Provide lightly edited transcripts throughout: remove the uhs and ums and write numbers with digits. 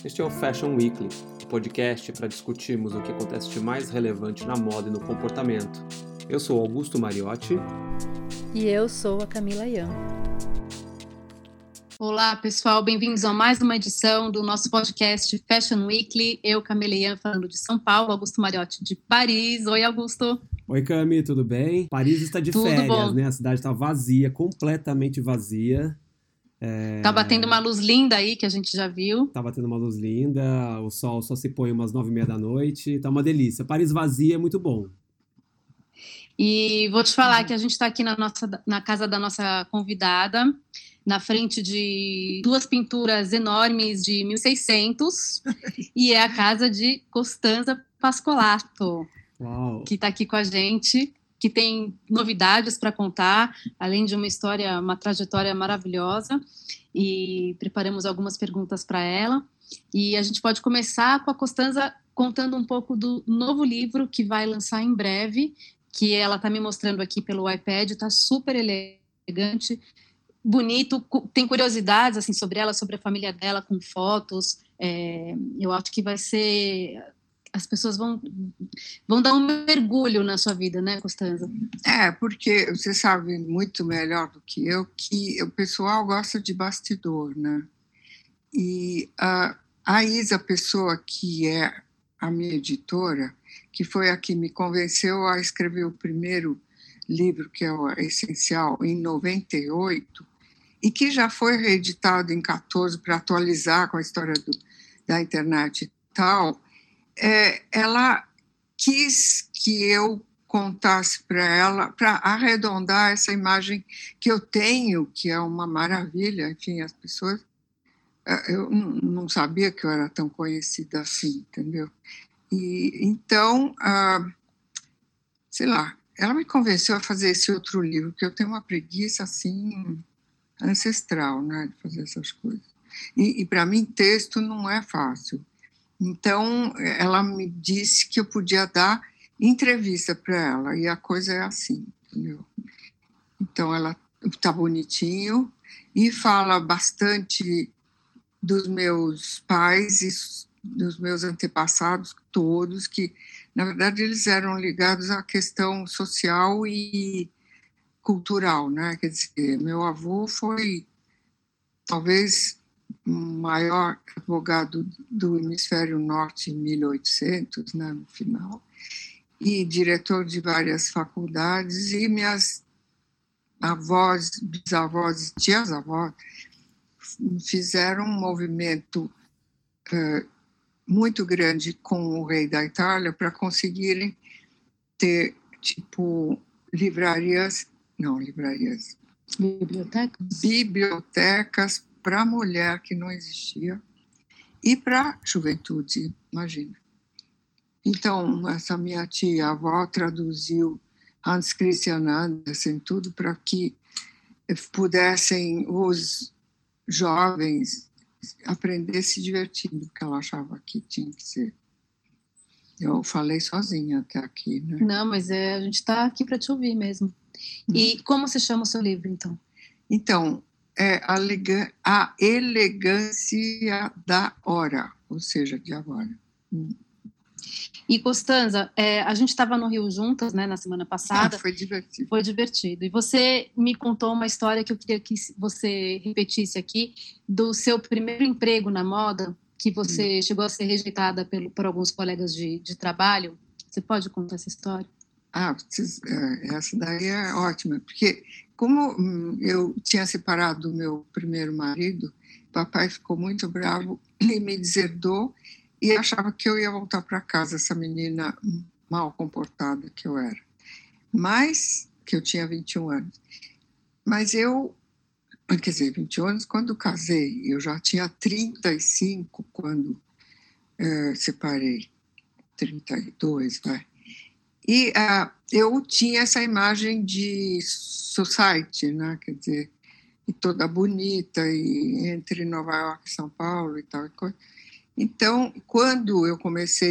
Este é o Fashion Weekly, um podcast para discutirmos o que acontece de mais relevante na moda e no comportamento. Eu sou Augusto Mariotti. E eu sou a Camila Yan. Olá, pessoal, bem-vindos a mais uma edição do nosso podcast Fashion Weekly. Eu, Camila Yan, falando de São Paulo, Augusto Mariotti de Paris. Oi, Augusto. Oi, Cami, tudo bem? Paris está de tudo férias, bom. Né? A cidade está vazia, completamente vazia. Tá batendo uma luz linda aí, que a gente já viu. Tá batendo uma luz linda, o sol só se põe umas 9h30 da noite, tá uma delícia. Paris vazia é muito bom. E vou te falar que a gente está aqui na casa da nossa convidada, na frente de duas pinturas enormes de 1600, e é a casa de Costanza Pascolato, que está aqui com a gente, que tem novidades para contar, além de uma história, uma trajetória maravilhosa, e preparamos algumas perguntas para ela. E a gente pode começar com a Costanza contando um pouco do novo livro que vai lançar em breve, que ela está me mostrando aqui pelo iPad, está super elegante, bonito, tem curiosidades assim, sobre ela, sobre a família dela, com fotos. Eu acho que vai ser... As pessoas vão dar um mergulho na sua vida, né, Costanza? Porque você sabe muito melhor do que eu que o pessoal gosta de bastidor, né? E a Isa Pessoa, que é a minha editora, que foi a que me convenceu a escrever o primeiro livro, que é o Essencial, em 98, e que já foi reeditado em 14 para atualizar com a história da internet e tal. Ela quis que eu contasse para ela, para arredondar essa imagem que eu tenho, que é uma maravilha, enfim, as pessoas... Eu não sabia que eu era tão conhecida assim, entendeu? E então, sei lá, ela me convenceu a fazer esse outro livro, porque eu tenho uma preguiça, assim, ancestral, né, de fazer essas coisas. E para mim, texto não é fácil. Então, ela me disse que eu podia dar entrevista para ela, e a coisa é assim, entendeu? Então, ela está bonitinho e fala bastante dos meus pais e dos meus antepassados todos, que, na verdade, eles eram ligados à questão social e cultural, né? Quer dizer, meu avô foi, talvez, o maior advogado do Hemisfério Norte em 1800, né, no final, e diretor de várias faculdades, e minhas avós, bisavós e tias-avós fizeram um movimento muito grande com o rei da Itália para conseguirem ter, tipo, bibliotecas para a mulher, que não existia, e para a juventude, imagina. Então, essa minha tia-avó traduziu Hans Christian Andersen, tudo para que pudessem os jovens aprender se divertindo, porque ela achava que tinha que ser. Eu falei sozinha até aqui, né? Não, mas a gente está aqui para te ouvir mesmo. E como se chama o seu livro, então? Então, é a elegância da hora, ou seja, de agora. E, Costanza, a gente estava no Rio juntas, né, na semana passada. Foi divertido. Foi divertido. E você me contou uma história que eu queria que você repetisse aqui, do seu primeiro emprego na moda, que você chegou a ser rejeitada por alguns colegas de trabalho. Você pode contar essa história? Essa daí é ótima, porque como eu tinha separado do meu primeiro marido, papai ficou muito bravo e me deserdou e achava que eu ia voltar para casa, essa menina mal comportada que eu era. Mas, que eu tinha 21 anos. Mas quer dizer, 21 anos quando casei, eu já tinha 35 quando separei, 32, vai. E eu tinha essa imagem de society, né? Quer dizer, e toda bonita, e entre Nova York e São Paulo e tal. Então, quando eu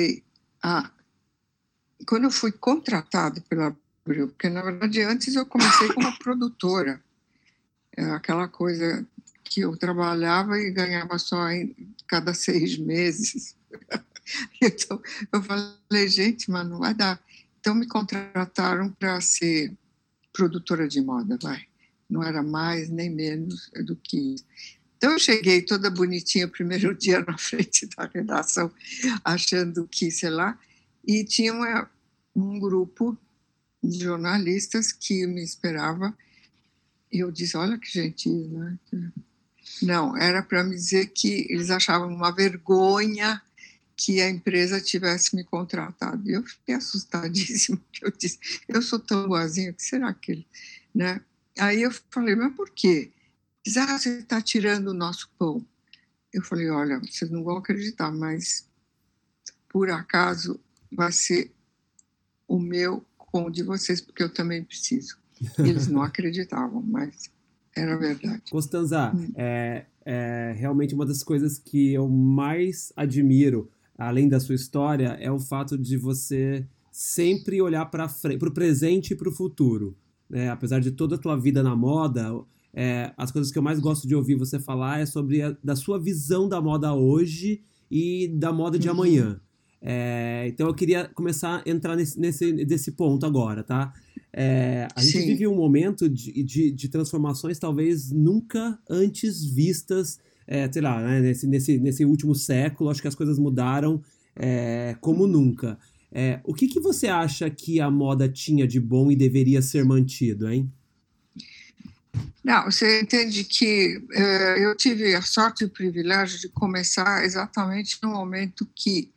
fui contratada pela Abril, porque, na verdade, antes eu comecei como produtora, aquela coisa que eu trabalhava e ganhava só em cada 6 meses. Então, eu falei, gente, mas não vai dar. Então, me contrataram para ser produtora de moda, vai. Não era mais nem menos do que isso. Então, eu cheguei toda bonitinha, primeiro dia na frente da redação, achando que, sei lá, e tinha um grupo de jornalistas que me esperava, e eu disse, olha que gentil, né? Não, era para me dizer que eles achavam uma vergonha que a empresa tivesse me contratado. E eu fiquei assustadíssima, porque eu disse, eu sou tão boazinha, o que será que ele... Né? Aí eu falei, mas por quê? Diz, você está tirando o nosso pão. Eu falei, olha, vocês não vão acreditar, mas por acaso vai ser o meu com o de vocês, porque eu também preciso. Eles não acreditavam, mas era verdade. Constanza, é realmente uma das coisas que eu mais admiro, além da sua história, é o fato de você sempre olhar para o presente e para o futuro. Né? Apesar de toda a tua vida na moda, as coisas que eu mais gosto de ouvir você falar é sobre da sua visão da moda hoje e da moda de amanhã. Então eu queria começar a entrar nesse ponto agora, tá? A gente vive um momento de transformações talvez nunca antes vistas, sei lá, né? nesse último século, acho que as coisas mudaram como nunca. O que você acha que a moda tinha de bom e deveria ser mantido, hein? Não, você entende que eu tive a sorte e o privilégio de começar exatamente no momento que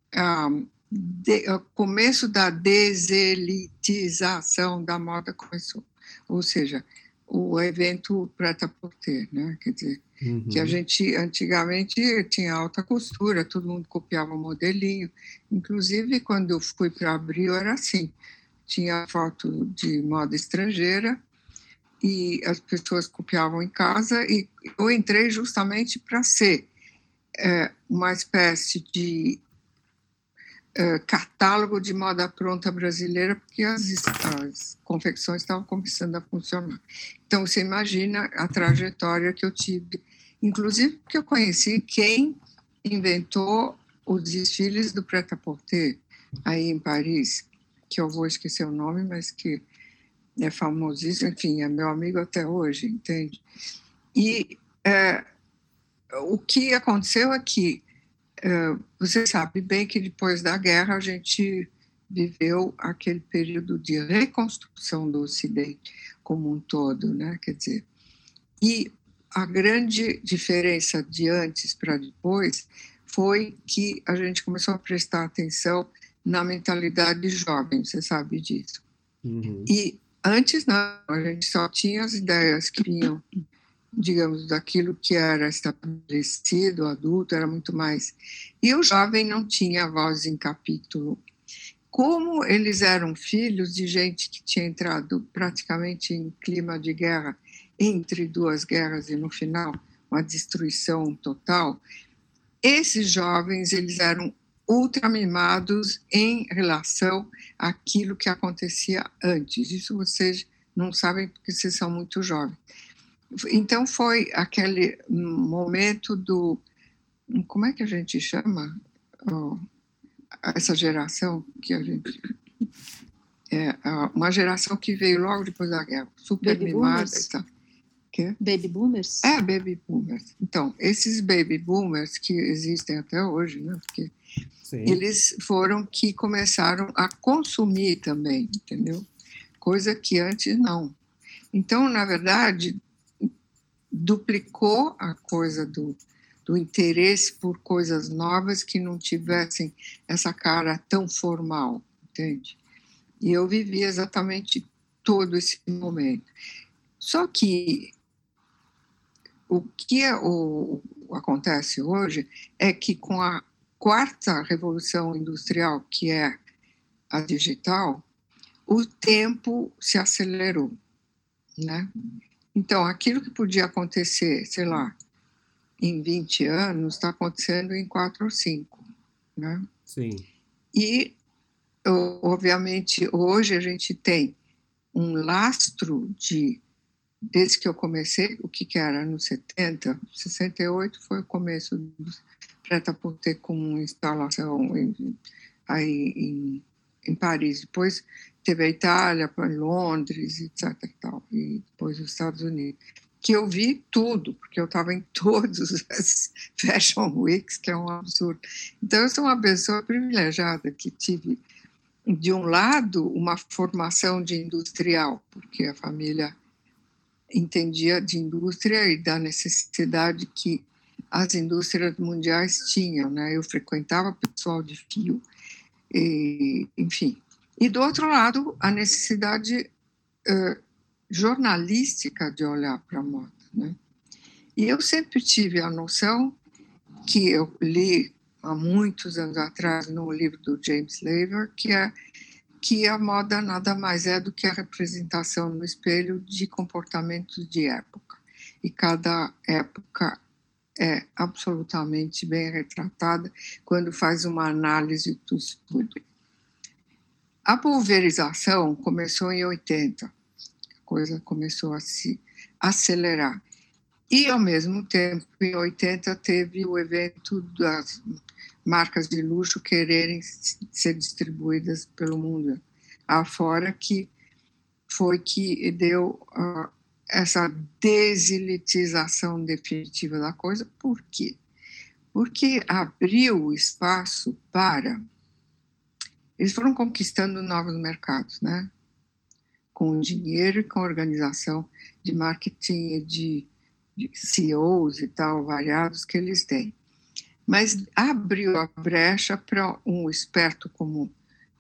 o começo da deselitização da moda começou, ou seja, o evento prêt-à-porter, né? Quer dizer, que a gente antigamente tinha alta costura, todo mundo copiava o modelinho, inclusive quando eu fui para Abril era assim, tinha foto de moda estrangeira e as pessoas copiavam em casa e eu entrei justamente para ser uma espécie de catálogo de moda pronta brasileira, porque as confecções estavam começando a funcionar. Então, você imagina a trajetória que eu tive, inclusive porque eu conheci quem inventou os desfiles do prêt-à-porter aí em Paris, que eu vou esquecer o nome, mas que é famosíssimo, enfim, é meu amigo até hoje, entende? E o que aconteceu é que você sabe bem que depois da guerra a gente viveu aquele período de reconstrução do Ocidente como um todo, né? Quer dizer, e a grande diferença de antes para depois foi que a gente começou a prestar atenção na mentalidade jovem, você sabe disso. E antes não, a gente só tinha as ideias que vinham, digamos, daquilo que era estabelecido, adulto, era muito mais. E o jovem não tinha voz em capítulo. Como eles eram filhos de gente que tinha entrado praticamente em clima de guerra, entre duas guerras e no final uma destruição total, esses jovens eles eram ultramimados em relação àquilo que acontecia antes. Isso vocês não sabem porque vocês são muito jovens. Então foi aquele momento do... Como é que a gente chama essa geração que a gente... uma geração que veio logo depois da guerra, super Baby mimada boomers? e tal. Que? Baby boomers? Baby boomers. Então, esses baby boomers que existem até hoje, né? Porque eles foram que começaram a consumir também, entendeu? Coisa que antes não. Então, na verdade, duplicou a coisa do interesse por coisas novas que não tivessem essa cara tão formal, entende? E eu vivi exatamente todo esse momento. Só que o que acontece hoje é que com a quarta revolução industrial, que é a digital, o tempo se acelerou, né? Então, aquilo que podia acontecer, sei lá, em 20 anos, está acontecendo em 4 ou 5, né? Sim. E, obviamente, hoje a gente tem um lastro de desde que eu comecei, o que era nos 70, 68 foi o começo do Prêt-à-Porter com instalação em Paris. Depois teve a Itália, Londres, etc. E depois os Estados Unidos. Que eu vi tudo, porque eu estava em todos as Fashion Weeks, que é um absurdo. Então, eu sou uma pessoa privilegiada, que tive, de um lado, uma formação de industrial, porque a família entendia de indústria e da necessidade que as indústrias mundiais tinham, né? Eu frequentava pessoal de fio, enfim. E, do outro lado, a necessidade jornalística de olhar para a moda, né? E eu sempre tive a noção, que eu li há muitos anos atrás no livro do James Laver, que a moda nada mais é do que a representação no espelho de comportamentos de época. E cada época é absolutamente bem retratada quando faz uma análise do estudo. A pulverização começou em 80, a coisa começou a se acelerar. E, ao mesmo tempo, em 80, teve o evento das marcas de luxo quererem ser distribuídas pelo mundo afora, que foi que deu essa deselitização definitiva da coisa. Por quê? Porque abriu o espaço para... Eles foram conquistando novos mercados, né? Com dinheiro e com organização de marketing e de CEOs e tal, variados que eles têm. Mas abriu a brecha para um esperto como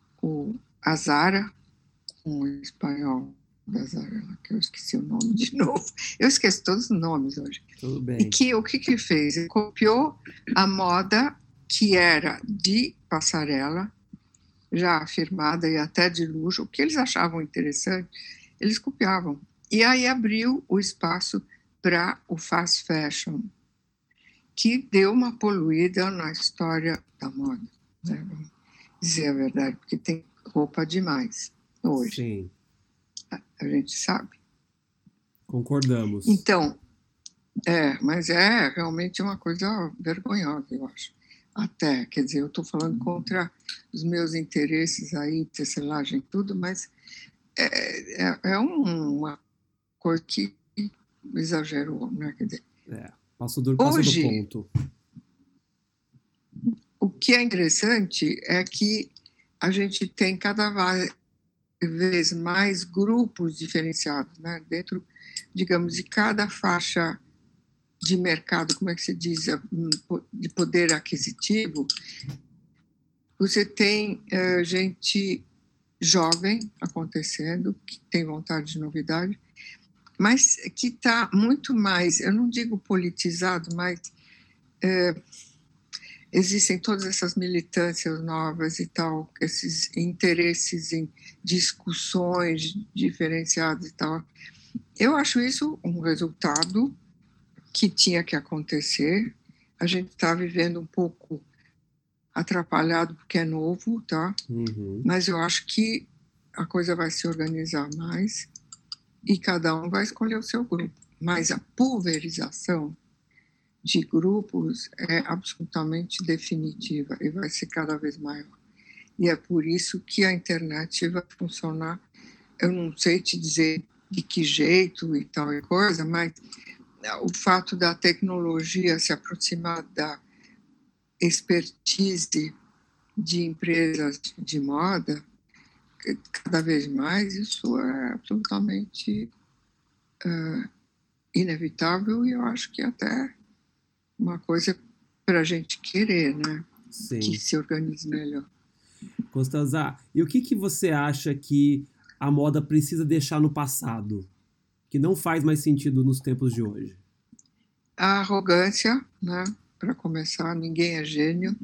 a Zara, um espanhol da Zara, que eu esqueci o nome de novo. Eu esqueço todos os nomes hoje. Tudo bem. E que o que fez? Ele copiou a moda que era de passarela, já afirmada e até de luxo, o que eles achavam interessante, eles copiavam. E aí abriu o espaço para o fast fashion, que deu uma poluída na história da moda, né? Vamos dizer a verdade, porque tem roupa demais hoje. Sim. A gente sabe. Concordamos. Então, mas é realmente uma coisa vergonhosa, eu acho. Até, quer dizer, eu estou falando contra os meus interesses aí, tecelagem e tudo, mas é uma coisa que exagerou, né? Quer dizer, passou do ponto. O que é interessante é que a gente tem cada vez mais grupos diferenciados, né? Dentro, digamos, de cada faixa de mercado, como é que se diz, de poder aquisitivo, você tem gente jovem acontecendo, que tem vontade de novidade, mas que está muito mais, eu não digo politizado, mas existem todas essas militâncias novas e tal, esses interesses em discussões diferenciadas e tal. Eu acho isso um resultado que tinha que acontecer. A gente está vivendo um pouco atrapalhado porque é novo, tá? Uhum. Mas eu acho que a coisa vai se organizar mais e cada um vai escolher o seu grupo. Mas a pulverização de grupos é absolutamente definitiva e vai ser cada vez maior. E é por isso que a internet vai funcionar. Eu não sei te dizer de que jeito e tal e coisa, mas o fato da tecnologia se aproximar da expertise de empresas de moda, cada vez mais, isso é absolutamente inevitável, e eu acho que até uma coisa para a gente querer, né? Sim. Que se organize melhor. Constanza, e o que você acha que a moda precisa deixar no passado, que não faz mais sentido nos tempos de hoje? A arrogância, né? Para começar, ninguém é gênio.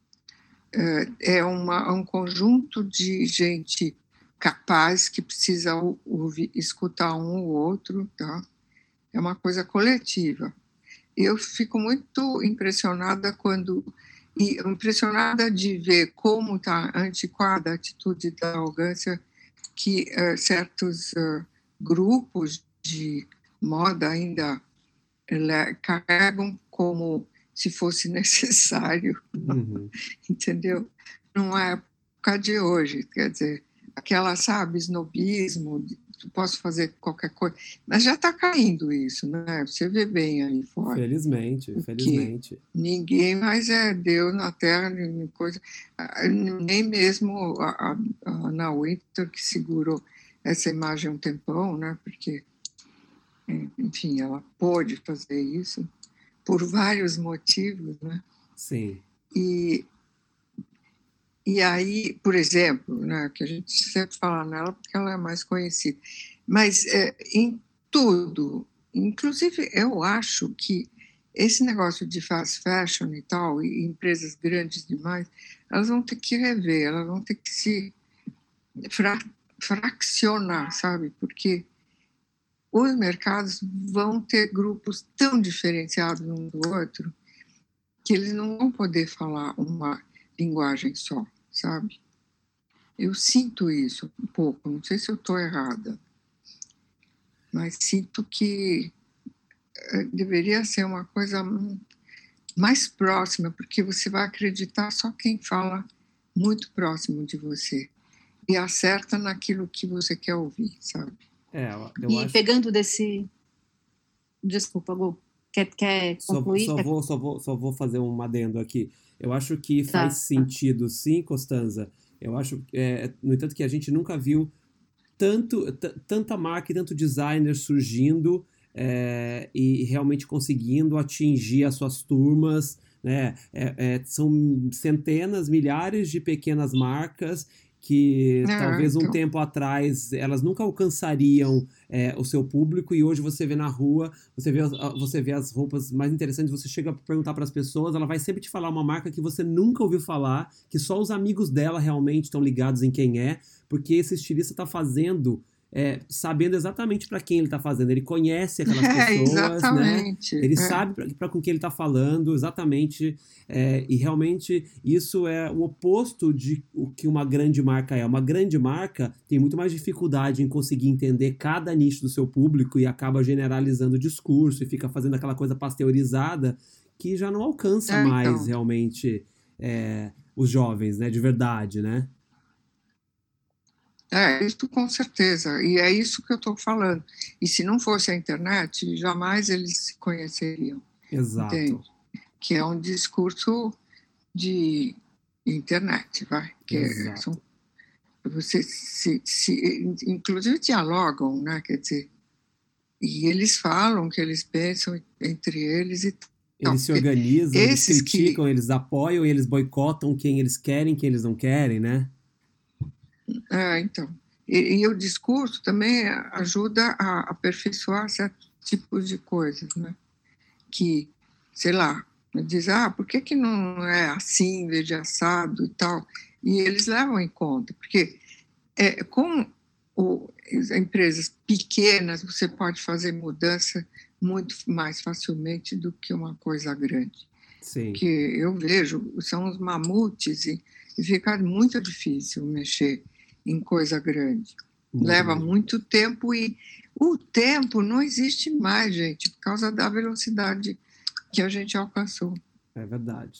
É um conjunto de gente capaz que precisa escutar um ou outro, tá? É uma coisa coletiva. Eu fico muito impressionada impressionada de ver como está antiquada a atitude da arrogância que certos grupos de moda ainda carregam como se fosse necessário, entendeu? Não é época de hoje, quer dizer, aquela, sabe, snobismo, posso fazer qualquer coisa, mas já está caindo isso, né? Você vê bem aí fora. Felizmente. Ninguém mais é Deus na Terra, nem coisa, nem mesmo a Anna Wintour, que segurou essa imagem um tempão, né? Porque, enfim, ela pôde fazer isso por vários motivos, né? Sim. E aí, por exemplo, né, que a gente sempre fala nela porque ela é mais conhecida, mas em tudo, inclusive eu acho que esse negócio de fast fashion e tal, e empresas grandes demais, elas vão ter que rever, elas vão ter que se fraccionar, sabe? Porque os mercados vão ter grupos tão diferenciados um do outro que eles não vão poder falar uma linguagem só, sabe? Eu sinto isso um pouco, não sei se eu estou errada, mas sinto que deveria ser uma coisa mais próxima, porque você vai acreditar só quem fala muito próximo de você e acerta naquilo que você quer ouvir, sabe? E acho... pegando desse... Desculpa, Gu. Quer concluir? Só vou fazer um adendo aqui. Eu acho que faz sentido, sim, Costanza. Eu acho, no entanto, que a gente nunca viu tanta marca e tanto designer surgindo e realmente conseguindo atingir as suas turmas, né? São centenas, milhares de pequenas marcas que talvez um tempo atrás elas nunca alcançariam o seu público, e hoje você vê na rua, você vê as roupas mais interessantes, você chega a perguntar para as pessoas, ela vai sempre te falar uma marca que você nunca ouviu falar, que só os amigos dela realmente estão ligados em quem é, porque esse estilista está fazendo... sabendo exatamente para quem ele está fazendo, ele conhece aquelas pessoas, né? Ele sabe para com quem ele está falando, exatamente, e realmente isso é o oposto de o que uma grande marca é. Uma grande marca tem muito mais dificuldade em conseguir entender cada nicho do seu público e acaba generalizando o discurso e fica fazendo aquela coisa pasteurizada que já não alcança mais realmente os jovens, né? De verdade, né? Isso com certeza, e é isso que eu estou falando. E se não fosse a internet, jamais eles se conheceriam. Exato. Entende? Que é um discurso de internet, vai. Que você inclusive dialogam, né? Quer dizer, e eles falam o que eles pensam entre eles e eles se organizam, eles criticam, eles apoiam e eles boicotam quem eles querem, quem eles não querem, né? Então. E o discurso também ajuda a aperfeiçoar certos tipos de coisas, né? Que, sei lá, diz, por que não é assim, em vez de assado e tal? E eles levam em conta, porque com as empresas pequenas você pode fazer mudança muito mais facilmente do que uma coisa grande. Sim. Que eu vejo, são os mamutes e fica muito difícil mexer em coisa grande. Leva muito tempo e o tempo não existe mais, gente, por causa da velocidade que a gente alcançou. É verdade.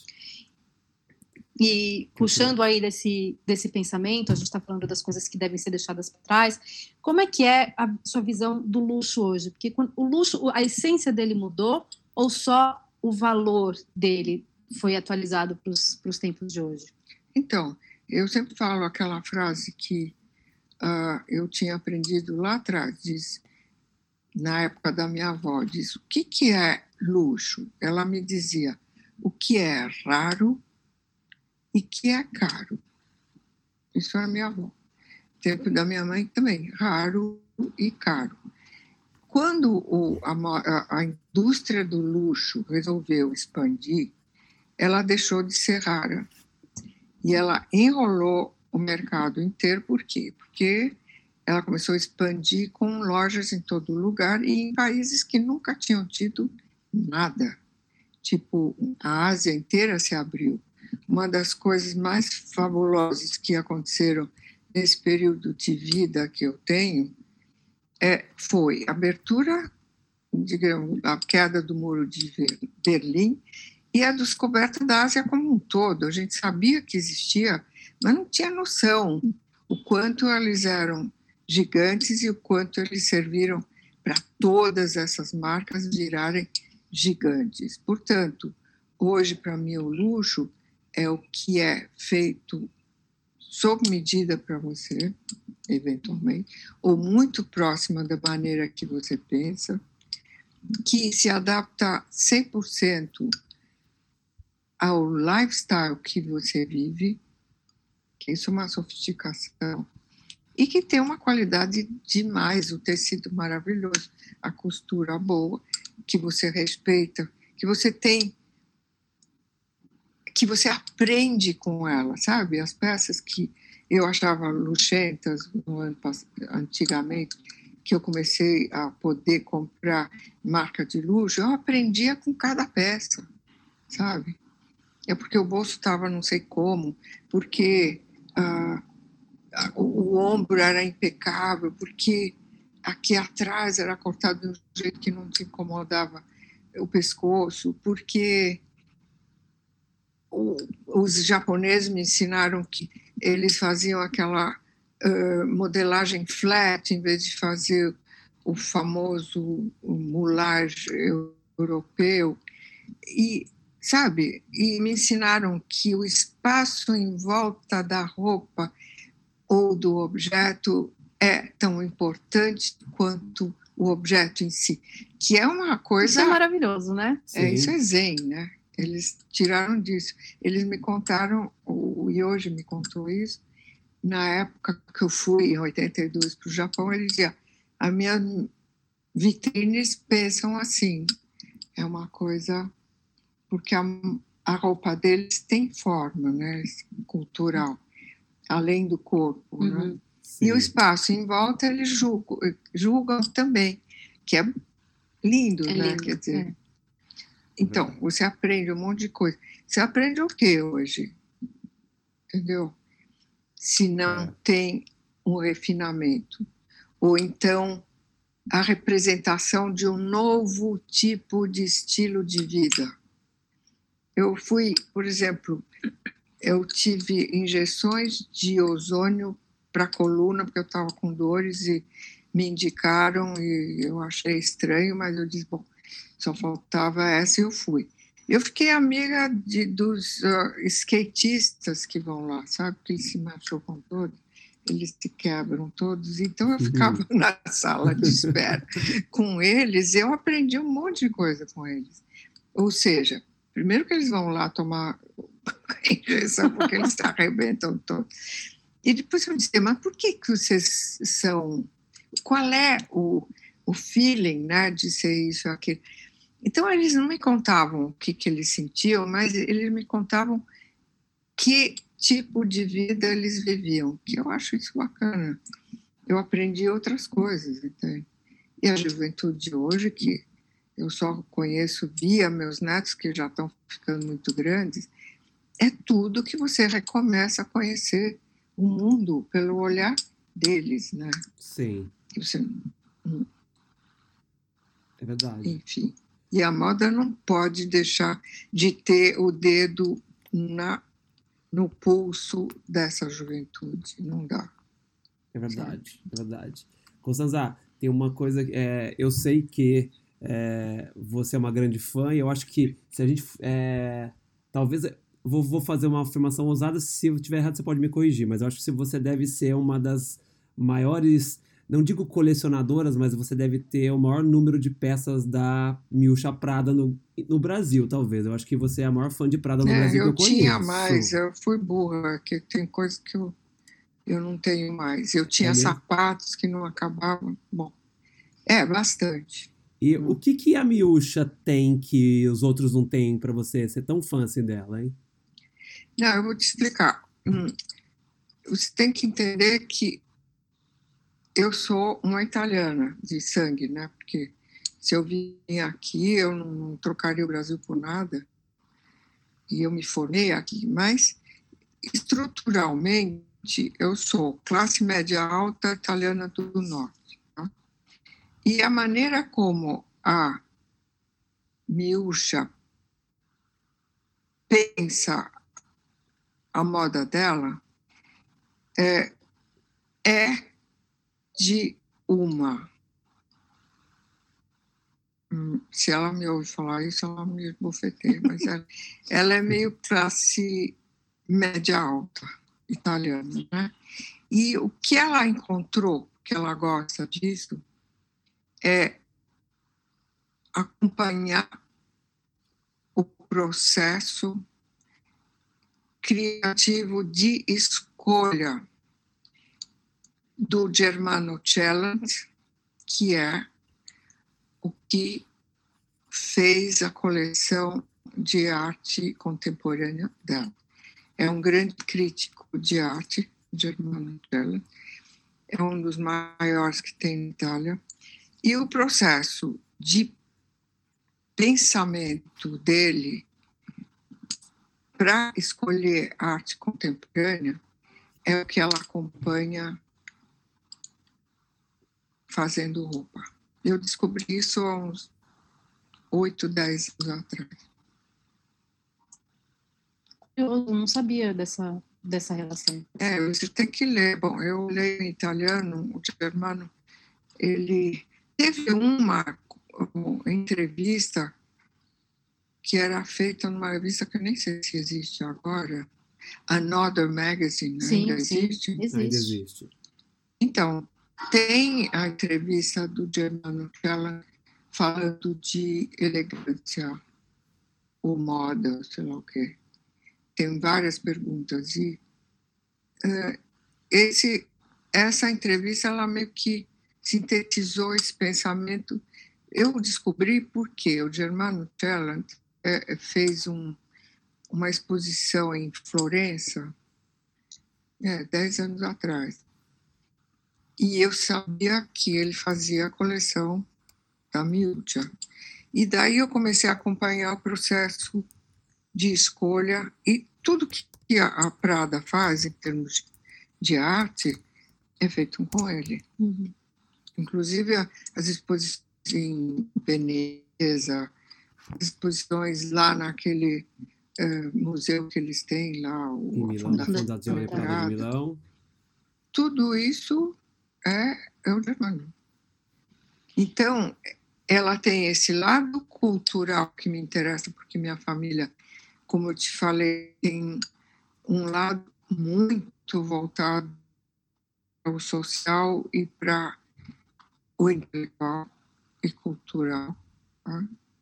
E puxando aí desse pensamento, a gente está falando das coisas que devem ser deixadas para trás, como é que é a sua visão do luxo hoje? Porque o luxo, a essência dele mudou ou só o valor dele foi atualizado para os tempos de hoje? Então, eu sempre falo aquela frase que eu tinha aprendido lá atrás, diz, na época da minha avó, diz, o que é luxo? Ela me dizia, o que é raro e que é caro. Isso era minha avó. Tempo da minha mãe também, raro e caro. Quando a indústria do luxo resolveu expandir, ela deixou de ser rara. E ela enrolou o mercado inteiro. Por quê? Porque ela começou a expandir com lojas em todo lugar e em países que nunca tinham tido nada. Tipo, a Ásia inteira se abriu. Uma das coisas mais fabulosas que aconteceram nesse período de vida que eu tenho foi a abertura digamos, a queda do Muro de Berlim e a descoberta da Ásia como um todo. A gente sabia que existia, mas não tinha noção o quanto eles eram gigantes e o quanto eles serviram para todas essas marcas virarem gigantes. Portanto, hoje, para mim, o luxo é o que é feito sob medida para você, eventualmente, ou muito próxima da maneira que você pensa, que se adapta 100% ao lifestyle que você vive, que isso é uma sofisticação, e que tem uma qualidade demais, o tecido maravilhoso, a costura boa, que você respeita, que você tem, que você aprende com ela, sabe? As peças que eu achava luxentas antigamente, que eu comecei a poder comprar marca de luxo, eu aprendia com cada peça, sabe? É porque o bolso estava não sei como, porque o ombro era impecável, porque aqui atrás era cortado de um jeito que não te incomodava o pescoço, porque os japoneses me ensinaram que eles faziam aquela modelagem flat em vez de fazer o famoso moulage europeu. E, sabe, e me ensinaram que o espaço em volta da roupa ou do objeto é tão importante quanto o objeto em si, que é uma coisa... Isso é maravilhoso, né? Isso é zen, né? Eles tiraram disso. Eles me contaram, o Yoji me contou isso, na época que eu fui, em 82, para o Japão, ele dizia, as minhas vitrines pensam assim, é uma coisa... Porque a roupa deles tem forma, né, cultural, além do corpo, né? E o espaço em volta eles julgam também, que é lindo, né? Lindo, quer dizer. Então, você aprende um monte de coisa. Você aprende o quê hoje? Entendeu? Se não tem um refinamento. Ou então, a representação de um novo tipo de estilo de vida. Eu fui, por exemplo, eu tive injeções de ozônio para a coluna, porque eu estava com dores e me indicaram, e eu achei estranho, mas eu disse, bom, só faltava essa e eu fui. Eu fiquei amiga dos skatistas que vão lá, sabe? Que eles se machucam todos, eles se quebram todos. Então, eu ficava na sala de espera com eles, e eu aprendi um monte de coisa com eles. Ou seja, primeiro que eles vão lá tomar injeção, porque eles se arrebentam todos. E depois eu disse, mas por que vocês são... Qual é o feeling, né, de ser isso ou aquilo? Então, eles não me contavam o que eles sentiam, mas eles me contavam que tipo de vida eles viviam, que eu acho isso bacana. Eu aprendi outras coisas, entende? E a juventude de hoje, que eu só conheço via meus netos, que já estão ficando muito grandes, é tudo que você recomeça a conhecer o mundo pelo olhar deles, né? Sim. Você... É verdade. Enfim. E a moda não pode deixar de ter o dedo no pulso dessa juventude. Não dá. É verdade, é verdade. Constanza, tem uma coisa... eu sei que você é uma grande fã e eu acho que se a gente... talvez... Vou fazer uma afirmação ousada, se eu estiver errado você pode me corrigir, mas eu acho que você deve ser uma das maiores, não digo colecionadoras, mas você deve ter o maior número de peças da Miúcha Prada no Brasil, talvez. Eu acho que você é a maior fã de Prada no Brasil que eu conheço. Eu tinha mais, eu fui burra, que tem coisas que eu não tenho mais. Eu tinha sapatos que não acabavam. Bom, bastante. E o que a Miúcha tem que os outros não têm para você ser tão fã assim dela, hein? Não, eu vou te explicar. Você tem que entender que eu sou uma italiana de sangue, né? Porque se eu vim aqui, eu não trocaria o Brasil por nada. E eu me formei aqui. Mas, estruturalmente, eu sou classe média alta italiana do norte. Tá? E a maneira como a Miúcha pensa a moda dela, é de uma... Se ela me ouve falar isso, ela me bofeteia, mas ela é meio classe média alta italiana, né? E o que ela encontrou, que ela gosta disso, é acompanhar o processo criativo de escolha do Germano Cellant, que é o que fez a coleção de arte contemporânea dela. É um grande crítico de arte, Germano Cellant, é um dos maiores que tem na Itália, e o processo de pensamento dele para escolher arte contemporânea é o que ela acompanha fazendo roupa. Eu descobri isso há uns 8, 10 anos atrás. Eu não sabia dessa relação. Você tem que ler. Bom, eu leio em italiano, o Germano, ele teve uma entrevista que era feita numa revista que eu nem sei se existe agora, Another Magazine, ainda existe? Ainda existe. Então, tem a entrevista do Germano Cellant falando de elegância ou moda, sei lá o quê. Tem várias perguntas. E essa entrevista, ela meio que sintetizou esse pensamento. Eu descobri por quê. O Germano Cellant fez uma exposição em Florença 10 anos atrás. E eu sabia que ele fazia a coleção da Miúcha. E daí eu comecei a acompanhar o processo de escolha e tudo que a Prada faz em termos de arte é feito com ele. Uhum. Inclusive as exposições em Veneza, as exposições lá naquele museu que eles têm lá, em Milão, na Fondazione Prada de Milão. Tudo isso é o Germano. Então, ela tem esse lado cultural que me interessa, porque minha família, como eu te falei, tem um lado muito voltado para o social e para o intelectual e cultural. Tá?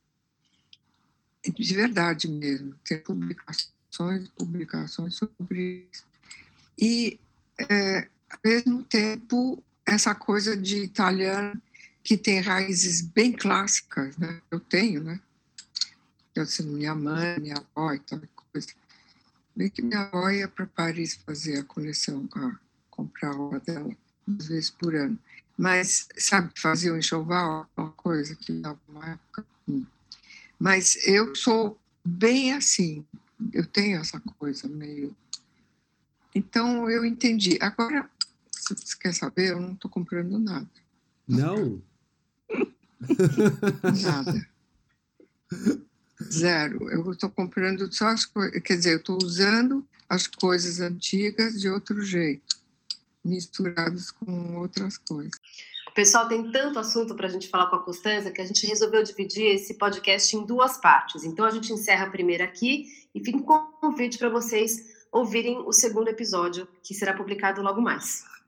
De verdade mesmo. Tem publicações sobre isso. E, ao mesmo tempo, essa coisa de italiano que tem raízes bem clássicas, né? Eu tenho, né? Minha mãe, minha avó e tal coisa. Bem que minha avó ia para Paris fazer a coleção, comprar a obra dela 2 vezes por ano. Mas, sabe, fazia um enxoval, uma coisa que dava uma época. Mas eu sou bem assim, eu tenho essa coisa meio... Então, eu entendi. Agora, se você quer saber, eu não estou comprando nada. Não? Nada. Zero. Eu estou comprando só as coisas... Quer dizer, eu estou usando as coisas antigas de outro jeito, misturadas com outras coisas. O pessoal tem tanto assunto para a gente falar com a Costanza que a gente resolveu dividir esse podcast em 2 partes. Então, a gente encerra a primeira aqui e fica um convite para vocês ouvirem o segundo episódio, que será publicado logo mais.